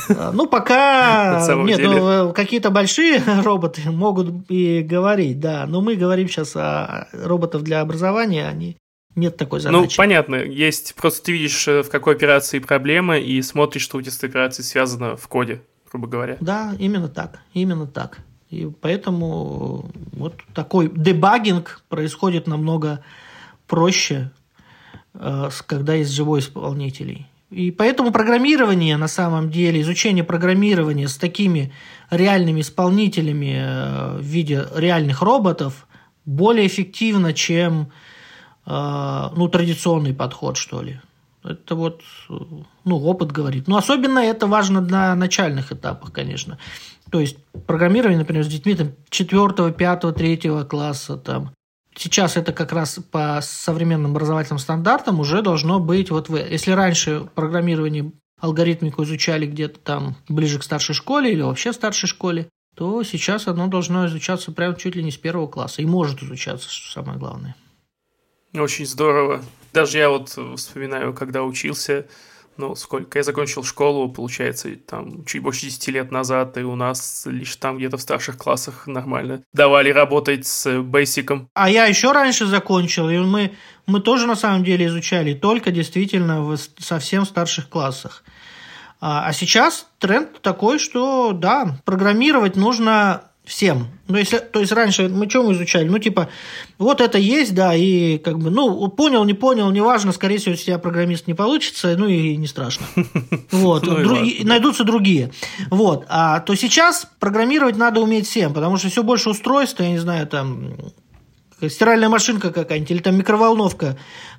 Speaker 1: Пока нет, какие-то большие роботы могут и говорить, да. Но мы говорим сейчас о роботах для образования, нет такой задачи.
Speaker 2: Понятно. Есть, просто ты видишь, в какой операции проблема, и смотришь, что у тебя с этой операцией связано в коде, грубо говоря.
Speaker 1: Да, именно так. И поэтому вот такой дебагинг происходит намного проще, когда есть живой исполнитель. И поэтому программирование, на самом деле, изучение программирования с такими реальными исполнителями в виде реальных роботов более эффективно, чем традиционный подход, что ли. Это опыт говорит. Особенно это важно на начальных этапах, конечно. То есть программирование, например, с детьми 4, 5, 3 класса. Сейчас это как раз по современным образовательным стандартам уже должно быть. Если раньше программирование алгоритмику изучали где-то там ближе к старшей школе или вообще в старшей школе, то сейчас оно должно изучаться прямо чуть ли не с 1 класса. И может изучаться, что самое главное.
Speaker 2: Очень здорово. Даже я вот вспоминаю, когда учился, сколько я закончил школу, получается, там чуть больше 10 лет назад, и у нас лишь там где-то в старших классах нормально давали работать с бейсиком.
Speaker 1: А я еще раньше закончил, и мы тоже на самом деле изучали только действительно в совсем старших классах. А сейчас тренд такой, что да, программировать нужно всем. То есть раньше мы что мы изучали? Вот это есть, да, и понял, не понял, неважно, скорее всего, если у тебя программист не получится, и не страшно. Вот, найдутся другие. Вот, то сейчас программировать надо уметь всем, потому что все больше устройств, я не знаю, там стиральная машинка какая-нибудь или там микроволновка,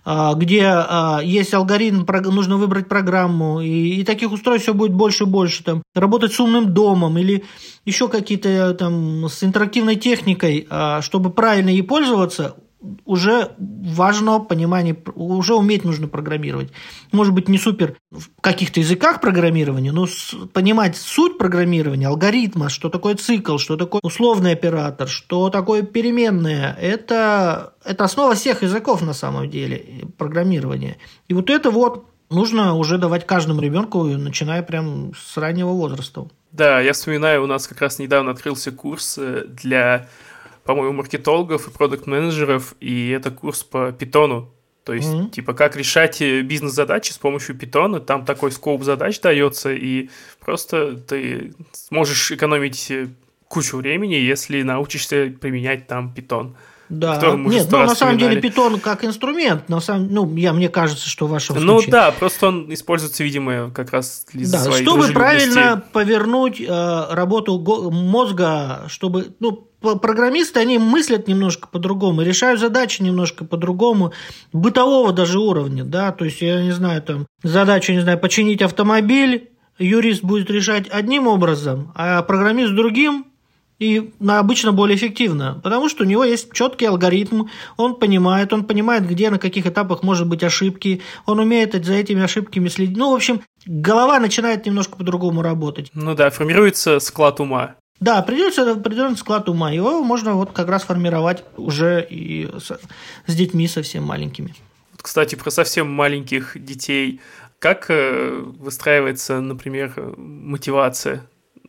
Speaker 1: где есть алгоритм, нужно выбрать программу, и таких устройств все будет больше и больше. Там, работать с умным домом или еще какие-то там с интерактивной техникой, чтобы правильно ей пользоваться, уже важно понимание, уже уметь нужно программировать. Может быть, не супер в каких-то языках программирования, но понимать суть программирования, алгоритма, что такое цикл, что такое условный оператор, что такое переменная, это основа всех языков на самом деле, программирования. И вот это вот нужно уже давать каждому ребенку, начиная прям с раннего возраста.
Speaker 2: Да, я вспоминаю, у нас как раз недавно открылся курс для, по-моему, маркетологов и продакт-менеджеров, и это курс по питону. То есть, как решать бизнес-задачи с помощью питона. Там такой скоп задач дается, и просто ты сможешь экономить кучу времени, если научишься применять там питон.
Speaker 1: Да, нет, на самом деле питон как инструмент, мне кажется, что в вашем случае.
Speaker 2: Да, просто он используется, видимо, как раз для своей
Speaker 1: чтобы правильно повернуть работу мозга, чтобы, программисты, они мыслят немножко по-другому, решают задачи немножко по-другому, бытового даже уровня, да, то есть, я не знаю, там, задачу, починить автомобиль, юрист будет решать одним образом, а программист другим, и обычно более эффективно, потому что у него есть четкий алгоритм, он понимает, где, на каких этапах может быть ошибки, он умеет за этими ошибками следить. В общем, голова начинает немножко по-другому работать.
Speaker 2: Формируется склад ума.
Speaker 1: Да, придется определенный склад ума. Его можно вот как раз формировать уже и с детьми совсем маленькими.
Speaker 2: Кстати, про совсем маленьких детей. Как выстраивается, например, мотивация?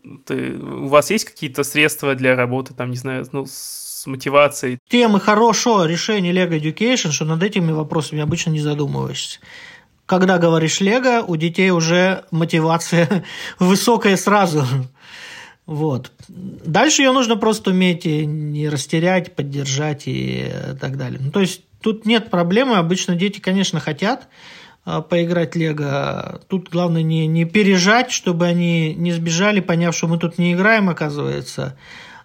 Speaker 2: У вас есть какие-то средства для работы, там, не знаю, с мотивацией?
Speaker 1: Тем и хорошо решение Lego Education, что над этими вопросами обычно не задумываешься. Когда говоришь Lego, у детей уже мотивация высокая сразу. Вот. Дальше ее нужно просто уметь не растерять, поддержать и так далее. То есть тут нет проблемы. Обычно дети, конечно, хотят поиграть в Лего. Тут главное не пережать, чтобы они не сбежали, поняв, что мы тут не играем, оказывается,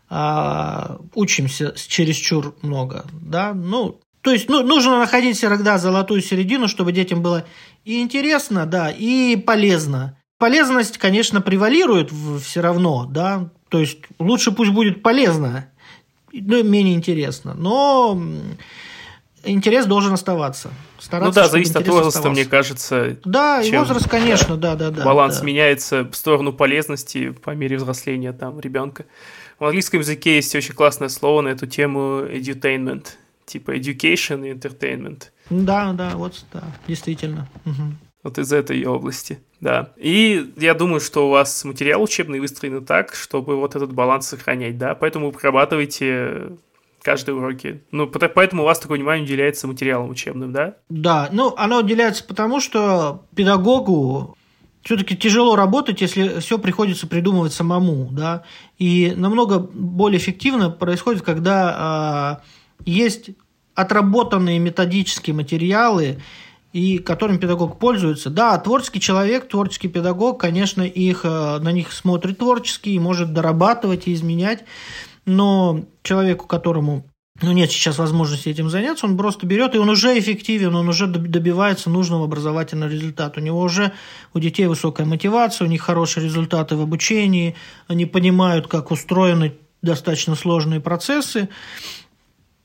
Speaker 1: а учимся чересчур много. Да? То есть нужно находить всегда золотую середину, чтобы детям было и интересно, да, и полезно. Полезность, конечно, превалирует все равно, да, то есть лучше пусть будет полезно, менее интересно, но интерес должен оставаться. Стараться,
Speaker 2: зависит от возраста, мне кажется.
Speaker 1: Да, и возраст, конечно, да.
Speaker 2: Баланс меняется в сторону полезности по мере взросления ребенка. В английском языке есть очень классное слово на эту тему edutainment, типа education и entertainment.
Speaker 1: Да, действительно.
Speaker 2: Вот из этой области, да. И я думаю, что у вас материал учебный выстроен так, чтобы вот этот баланс сохранять, да, поэтому вы прорабатываете каждые уроки. Поэтому у вас такое внимание уделяется материалам учебным, да? Да,
Speaker 1: оно уделяется потому, что педагогу все-таки тяжело работать, если все приходится придумывать самому, да, и намного более эффективно происходит, когда есть отработанные методические материалы, и которым педагог пользуется. Да, творческий человек, творческий педагог, конечно, на них смотрит творчески и может дорабатывать и изменять, но человеку, которому нет сейчас возможности этим заняться, он просто берет, и он уже эффективен, он уже добивается нужного образовательного результата. У детей высокая мотивация, у них хорошие результаты в обучении, они понимают, как устроены достаточно сложные процессы.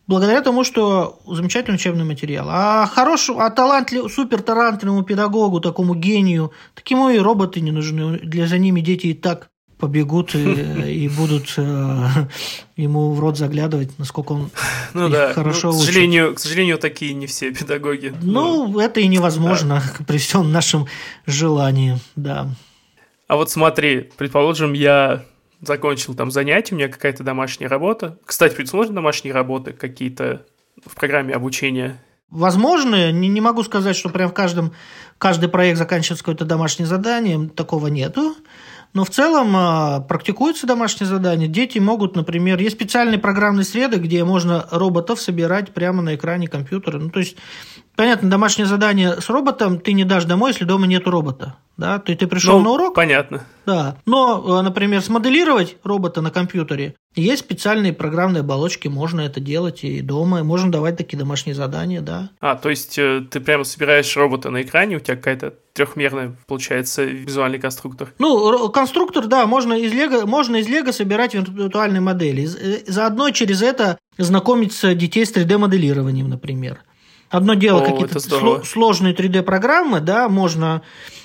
Speaker 1: благодаря тому, что замечательный учебный материал. А супер талантливому педагогу, такому гению, такому и роботы не нужны. За ними дети и так побегут и будут ему в рот заглядывать, насколько он хорошо учит.
Speaker 2: К сожалению, такие не все педагоги.
Speaker 1: Это и невозможно при всем нашем желании, да.
Speaker 2: А вот смотри, предположим, я закончил там занятие, у меня какая-то домашняя работа. Кстати, предусмотрены домашние работы какие-то в программе обучения?
Speaker 1: Возможно, не могу сказать, что прям каждый проект заканчивается какое-то домашнее задание, такого нету. Но в целом практикуются домашние задания. Дети могут, например, есть специальные программные среды, где можно роботов собирать прямо на экране компьютера. То есть, понятно, домашнее задание с роботом ты не дашь домой, если дома нету робота. Да? То есть ты пришел на урок.
Speaker 2: Понятно.
Speaker 1: Да. Но, например, смоделировать робота на компьютере, есть специальные программные оболочки, можно это делать и дома, можно давать такие домашние задания, да.
Speaker 2: То есть ты прямо собираешь робота на экране, у тебя какая-то трехмерная, получается, визуальный конструктор?
Speaker 1: Конструктор, да, можно из Лего собирать виртуальные модели. Заодно через это знакомить детей с 3D-моделированием, например. Одно дело, какие-то сложные 3D-программы, да, можно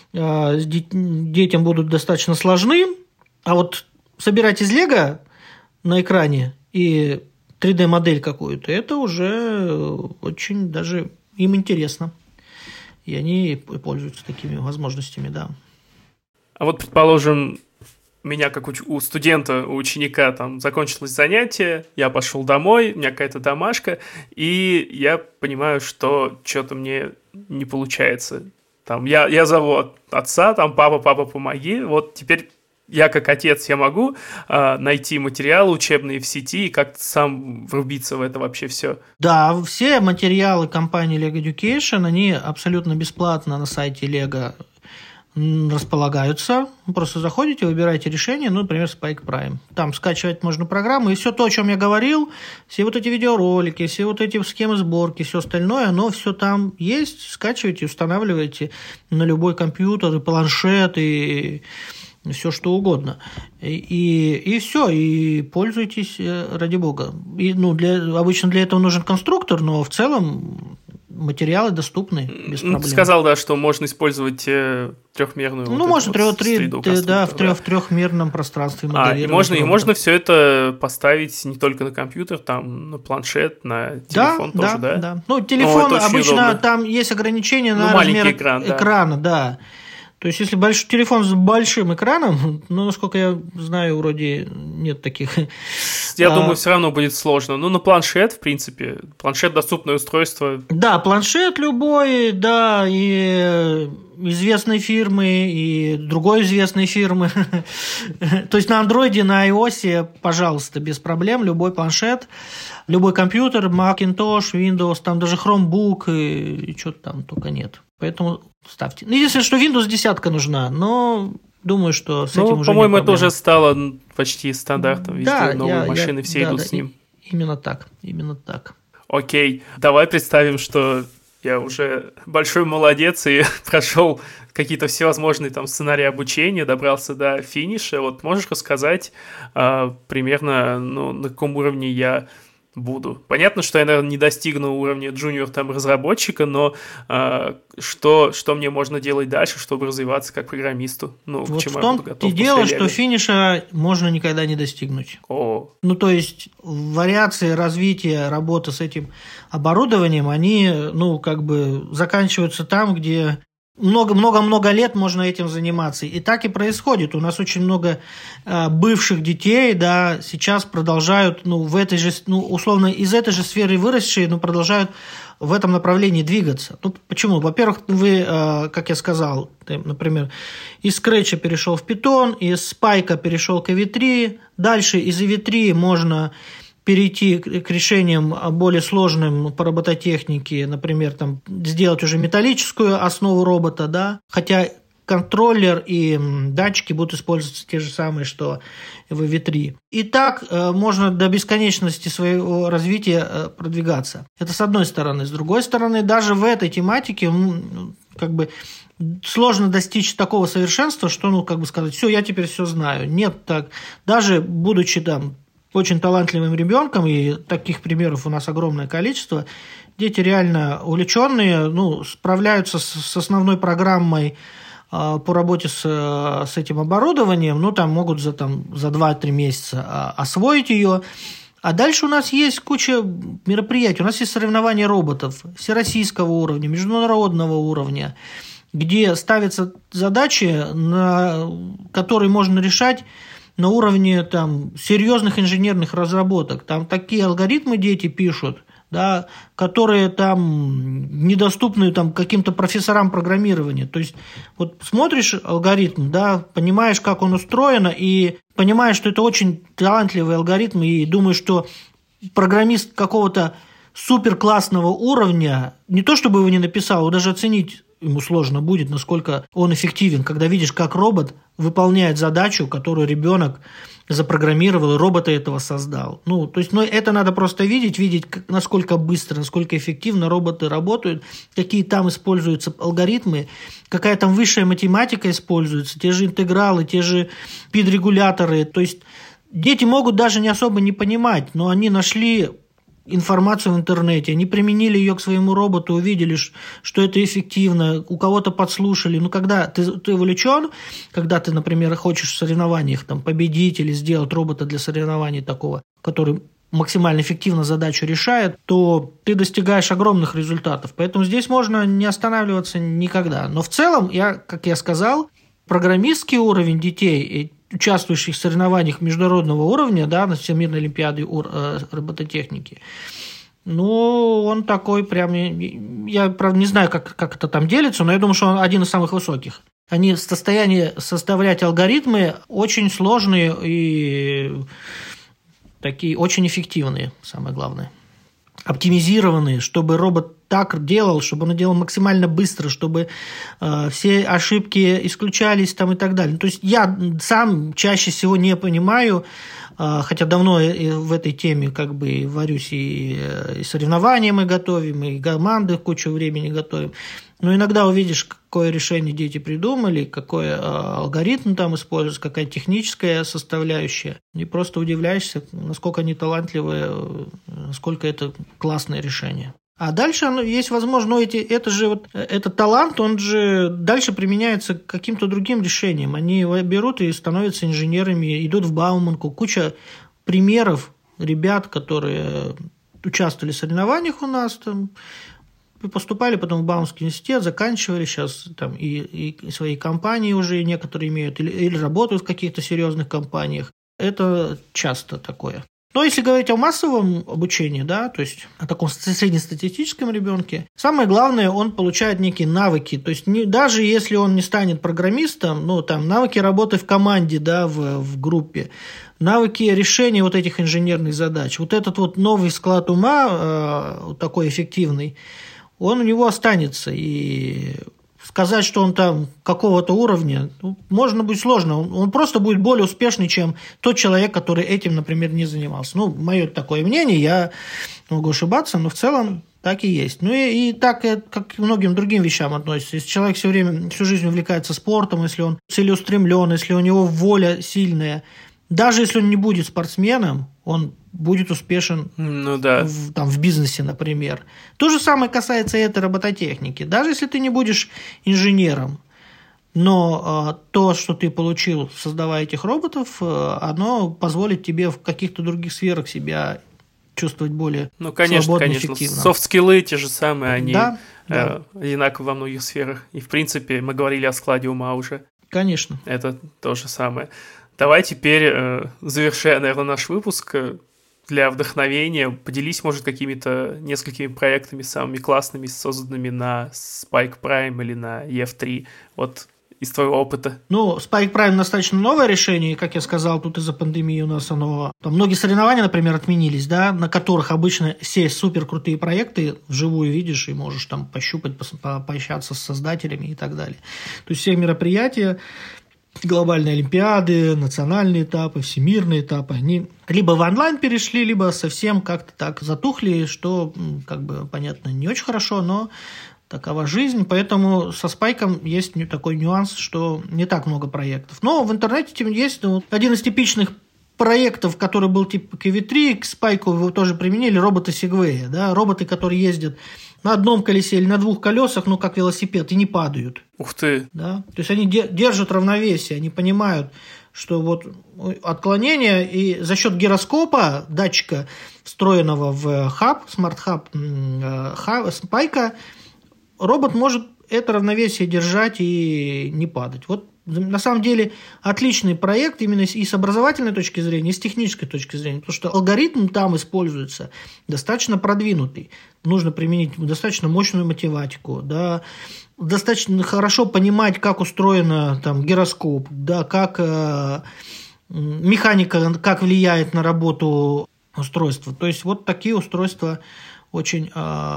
Speaker 1: детям будут достаточно сложны, а вот собирать из Лего на экране и 3D-модель какую-то, это уже очень даже им интересно. И они пользуются такими возможностями, да.
Speaker 2: А вот, предположим, у меня, как у студента, у ученика, там закончилось занятие, я пошел домой, у меня какая-то домашка, и я понимаю, что что-то мне не получается. Там, я зову отца, там, папа, помоги. Вот теперь я, как отец, я могу найти материалы учебные в сети и как-то сам врубиться в это вообще все.
Speaker 1: Да, все материалы компании Lego Education, они абсолютно бесплатно на сайте Lego располагаются. Просто заходите, выбираете решение, например, Spike Prime. Там скачивать можно программу, и все то, о чем я говорил, все вот эти видеоролики, все вот эти схемы сборки, все остальное, оно все там есть. Скачивайте, устанавливайте на любой компьютер, и планшет, и все что угодно. И все, и пользуйтесь, ради бога. Обычно для этого нужен конструктор, но в целом материалы доступны без проблем.
Speaker 2: Ты сказал, да, что можно использовать трехмерную
Speaker 1: можно в трехмерном пространстве моделировать.
Speaker 2: И можно все это поставить не только на компьютер, там на планшет, на телефон тоже, да?
Speaker 1: Да. Телефон обычно там есть ограничения на размер экрана, да. То есть, если телефон с большим экраном, насколько я знаю, вроде нет таких.
Speaker 2: Я думаю, все равно будет сложно. На планшет, в принципе, планшет – доступное устройство.
Speaker 1: Да, планшет любой, да, и известной фирмы, и другой известной фирмы. То есть, на андроиде, на iOS, пожалуйста, без проблем, любой планшет, любой компьютер, Macintosh, Windows, там даже Chromebook, и что-то там только нет. Поэтому ставьте. Единственное, что Windows 10 нужна, но думаю, что с этим уже
Speaker 2: по-моему, это уже стало почти стандартом. Везде новые машины, все идут с ним.
Speaker 1: Именно так.
Speaker 2: Окей, давай представим, что я уже большой молодец и прошел какие-то всевозможные там сценарии обучения, добрался до финиша. Вот можешь рассказать примерно, на каком уровне я буду? Понятно, что я, наверное, не достигну уровня джуниор разработчика, но что мне можно делать дальше, чтобы развиваться как программисту? К чему я буду готов?
Speaker 1: И дело, что финиша можно никогда не достигнуть. То есть вариации развития работы с этим оборудованием, они, заканчиваются там, где много-много-много лет можно этим заниматься. И так и происходит. У нас очень много бывших детей, да, сейчас продолжают, в этой же, условно, из этой же сферы выросшие, продолжают в этом направлении двигаться. Почему? Во-первых, вы, как я сказал, ты, например, из Scratch перешел в Python, из Spike перешел к EV3, дальше из EV3 можно перейти к решениям более сложным по робототехнике, например, там, сделать уже металлическую основу робота, да, хотя контроллер и датчики будут использоваться те же самые, что в EV3. И так можно до бесконечности своего развития продвигаться. Это с одной стороны. С другой стороны, даже в этой тематике сложно достичь такого совершенства, что, сказать, все, я теперь все знаю. Нет, так, даже будучи там очень талантливым ребенком, и таких примеров у нас огромное количество. Дети реально увлеченные, справляются с основной программой по работе с этим оборудованием, там могут за 2-3 месяца освоить ее. А дальше у нас есть куча мероприятий, у нас есть соревнования роботов всероссийского уровня, международного уровня, где ставятся задачи, которые можно решать на уровне серьезных инженерных разработок. Там такие алгоритмы дети пишут, да, которые недоступны каким-то профессорам программирования. То есть вот смотришь алгоритм, да, понимаешь, как он устроен, и понимаешь, что это очень талантливый алгоритм, и думаешь, что программист какого-то суперклассного уровня, не то чтобы его не написал, его даже оценить ему сложно будет, насколько он эффективен, когда видишь, как робот выполняет задачу, которую ребенок запрограммировал, и робота этого создал. Это надо просто видеть, насколько быстро, насколько эффективно роботы работают, какие там используются алгоритмы, какая там высшая математика используется, те же интегралы, те же пид-регуляторы. То есть дети могут даже не особо не понимать, но они нашли информацию в интернете, они применили ее к своему роботу, увидели, что это эффективно, у кого-то подслушали. Когда ты увлечен, когда ты, например, хочешь в соревнованиях победить или сделать робота для соревнований такого, который максимально эффективно задачу решает, то ты достигаешь огромных результатов. Поэтому здесь можно не останавливаться никогда. Но в целом, как я сказал, программистский уровень детей, участвующих в соревнованиях международного уровня, да, на Всемирной олимпиаде робототехники, он такой прям... Я, правда, не знаю, как это там делится, но я думаю, что он один из самых высоких. Они в состоянии составлять алгоритмы очень сложные и такие очень эффективные, самое главное. Оптимизированные, чтобы робот так делал, чтобы он делал максимально быстро, чтобы все ошибки исключались и так далее. То есть я сам чаще всего не понимаю, хотя давно в этой теме варюсь, и соревнования мы готовим, и команды кучу времени готовим. Но иногда увидишь, какое решение дети придумали, какой алгоритм там используется, какая техническая составляющая. И просто удивляешься, насколько они талантливые, насколько это классное решение. А дальше есть возможность, этот талант, он же дальше применяется к каким-то другим решениям. Они берут и становятся инженерами, идут в Бауманку. Куча примеров ребят, которые участвовали в соревнованиях у нас, поступали потом в Бауманский университет, заканчивали сейчас и свои компании уже некоторые имеют, или работают в каких-то серьезных компаниях. Это часто такое. Но если говорить о массовом обучении, да, то есть о таком среднестатистическом ребенке, самое главное, он получает некие навыки. То есть даже если он не станет программистом, навыки работы в команде, да, в группе, навыки решения этих инженерных задач, этот новый склад ума, такой эффективный, он у него останется. И сказать, что он какого-то уровня, можно быть сложно. Он просто будет более успешный, чем тот человек, который этим, например, не занимался. Мое такое мнение, я могу ошибаться, но в целом так и есть. И так, как и к многим другим вещам относится. Если человек всю жизнь увлекается спортом, если он целеустремлен, если у него воля сильная, даже если он не будет спортсменом, он будет успешен в бизнесе, например. То же самое касается и этой робототехники. Даже если ты не будешь инженером, но то, что ты получил, создавая этих роботов, оно позволит тебе в каких-то других сферах себя чувствовать более свободно, эффективно.
Speaker 2: Софт-скиллы те же самые, они одинаковы во многих сферах. И, в принципе, мы говорили о складе ума уже.
Speaker 1: Конечно.
Speaker 2: Это то же самое. Давай теперь, завершая, наверное, наш выпуск, для вдохновения поделись, может, какими-то несколькими проектами самыми классными, созданными на Spike Prime или на EF3, из твоего опыта.
Speaker 1: Spike Prime достаточно новое решение, и, как я сказал, тут из-за пандемии у нас многие соревнования, например, отменились, да, на которых обычно все супер крутые проекты вживую видишь и можешь пощупать, пообщаться с создателями и так далее. То есть все мероприятия, глобальные олимпиады, национальные этапы, всемирные этапы, они либо в онлайн перешли, либо совсем как-то так затухли, что, понятно, не очень хорошо, но такова жизнь. Поэтому со Спайком есть такой нюанс, что не так много проектов. Но в интернете есть один из типичных проектов, который был типа KV3, к Спайку вы тоже применили роботы Segway, да, роботы, которые ездят на одном колесе или на двух колесах, ну, как велосипед, и не падают.
Speaker 2: Ух ты!
Speaker 1: Да? То есть они держат равновесие, они понимают, что вот отклонение, и за счет гироскопа, датчика, встроенного в хаб, смарт-хаб Спайка, робот может это равновесие держать и не падать. Вот на самом деле отличный проект именно и с образовательной точки зрения, и с технической точки зрения, потому что алгоритм там используется достаточно продвинутый. Нужно применить достаточно мощную математику, да, достаточно хорошо понимать, как устроен там гироскоп, да, как механика, как влияет на работу устройства. То есть вот такие устройства очень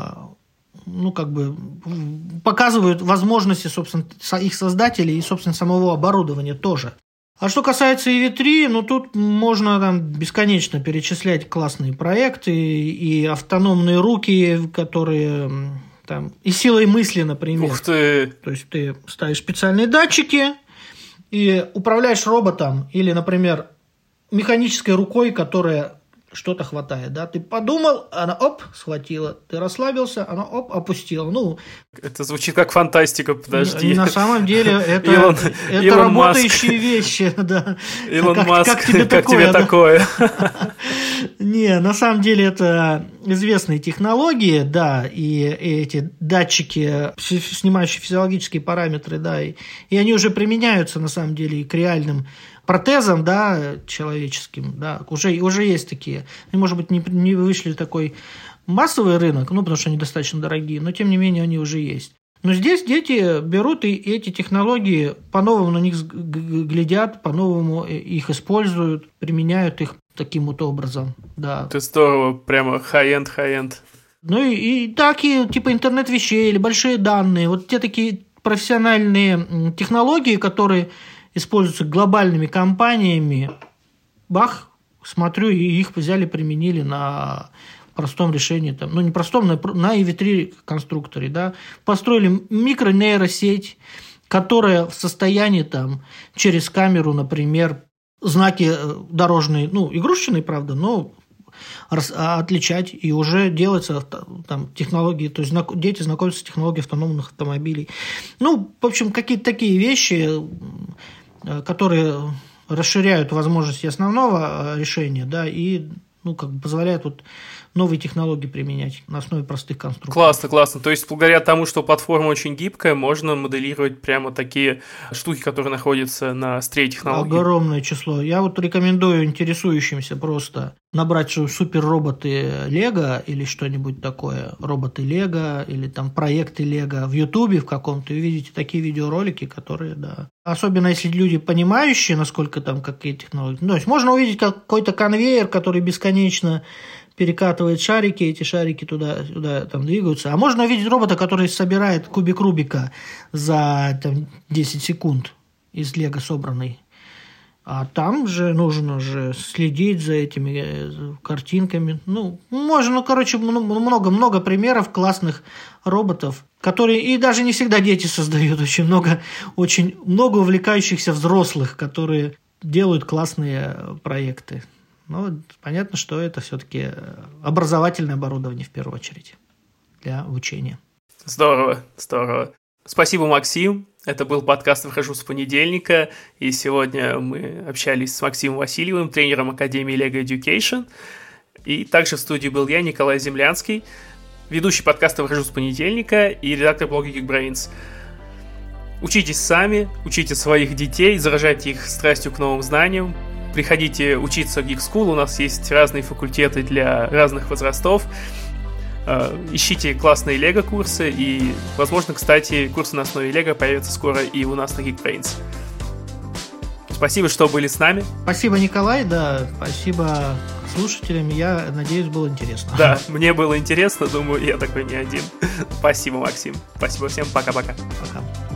Speaker 1: показывают возможности, собственно, их создателей и, собственно, самого оборудования тоже. А что касается EV3, тут можно там бесконечно перечислять классные проекты и автономные руки, которые там и силой мысли, например.
Speaker 2: Ух ты!
Speaker 1: То есть ты ставишь специальные датчики и управляешь роботом или, например, механической рукой, которая что-то хватает, да, ты подумал, она оп, схватила, ты расслабился, она оп, опустила.
Speaker 2: Это звучит как фантастика, подожди.
Speaker 1: На самом деле это работающие вещи, да.
Speaker 2: Илон Маск, как тебе такое?
Speaker 1: Не, на самом деле это известные технологии, да, и эти датчики, снимающие физиологические параметры, да, и они уже применяются, на самом деле, и к реальным протезам, да, человеческим, да, уже есть такие. Они, может быть, не вышли такой массовый рынок, потому что они достаточно дорогие, но, тем не менее, они уже есть. Но здесь дети берут и эти технологии, по-новому на них глядят, по-новому их используют, применяют их таким вот образом, да.
Speaker 2: Это здорово, прямо high-end.
Speaker 1: И такие, типа интернет вещей или большие данные, вот те такие профессиональные технологии, которые используются глобальными компаниями, бах, смотрю, и их взяли, применили на простом решении, там, не простом, на EV3 конструкторе, да, построили микронейросеть, которая в состоянии там через камеру, например, знаки дорожные, игрушечные, правда, но отличать, и уже делается там технологии, то есть дети знакомятся с технологией автономных автомобилей. В общем, какие-то такие вещи, которые расширяют возможности основного решения, да, и позволяют новые технологии применять на основе простых конструкций.
Speaker 2: Классно. То есть, благодаря тому, что платформа очень гибкая, можно моделировать прямо такие штуки, которые находятся на острие технологий.
Speaker 1: Огромное число. Я рекомендую интересующимся просто набрать суперроботы Лего или что-нибудь такое, роботы Лего или там проекты Лего в Ютубе в каком-то, и увидите такие видеоролики, которые, да. Особенно если люди понимающие, насколько там какие технологии. То есть можно увидеть какой-то конвейер, который бесконечно перекатывает шарики, эти шарики туда-сюда там двигаются. А можно увидеть робота, который собирает кубик Рубика за 10 секунд из Лего собранный. А там же нужно следить за этими картинками. Можно, много примеров классных роботов, которые и даже не всегда дети создают. Очень много увлекающихся взрослых, которые делают классные проекты. Понятно, что это все-таки образовательное оборудование в первую очередь для обучения.
Speaker 2: Здорово. Спасибо, Максим. Это был подкаст «Выхожу с понедельника», и сегодня мы общались с Максимом Васильевым, тренером Академии Lego Education, и также в студии был я, Николай Землянский, ведущий подкаста «Выхожу с понедельника» и редактор блога Geekbrains. Учитесь сами, учите своих детей, заражайте их страстью к новым знаниям, приходите учиться в Geek School, у нас есть разные факультеты для разных возрастов. Ищите классные лего-курсы, и, возможно, кстати, курсы на основе лего появятся скоро и у нас на Geekbrains. Спасибо, что были с нами.
Speaker 1: Спасибо, Николай, да, спасибо слушателям, я надеюсь, было интересно.
Speaker 2: Да, мне было интересно, думаю, я такой не один. Спасибо, Максим. Спасибо всем, пока-пока.
Speaker 1: Пока.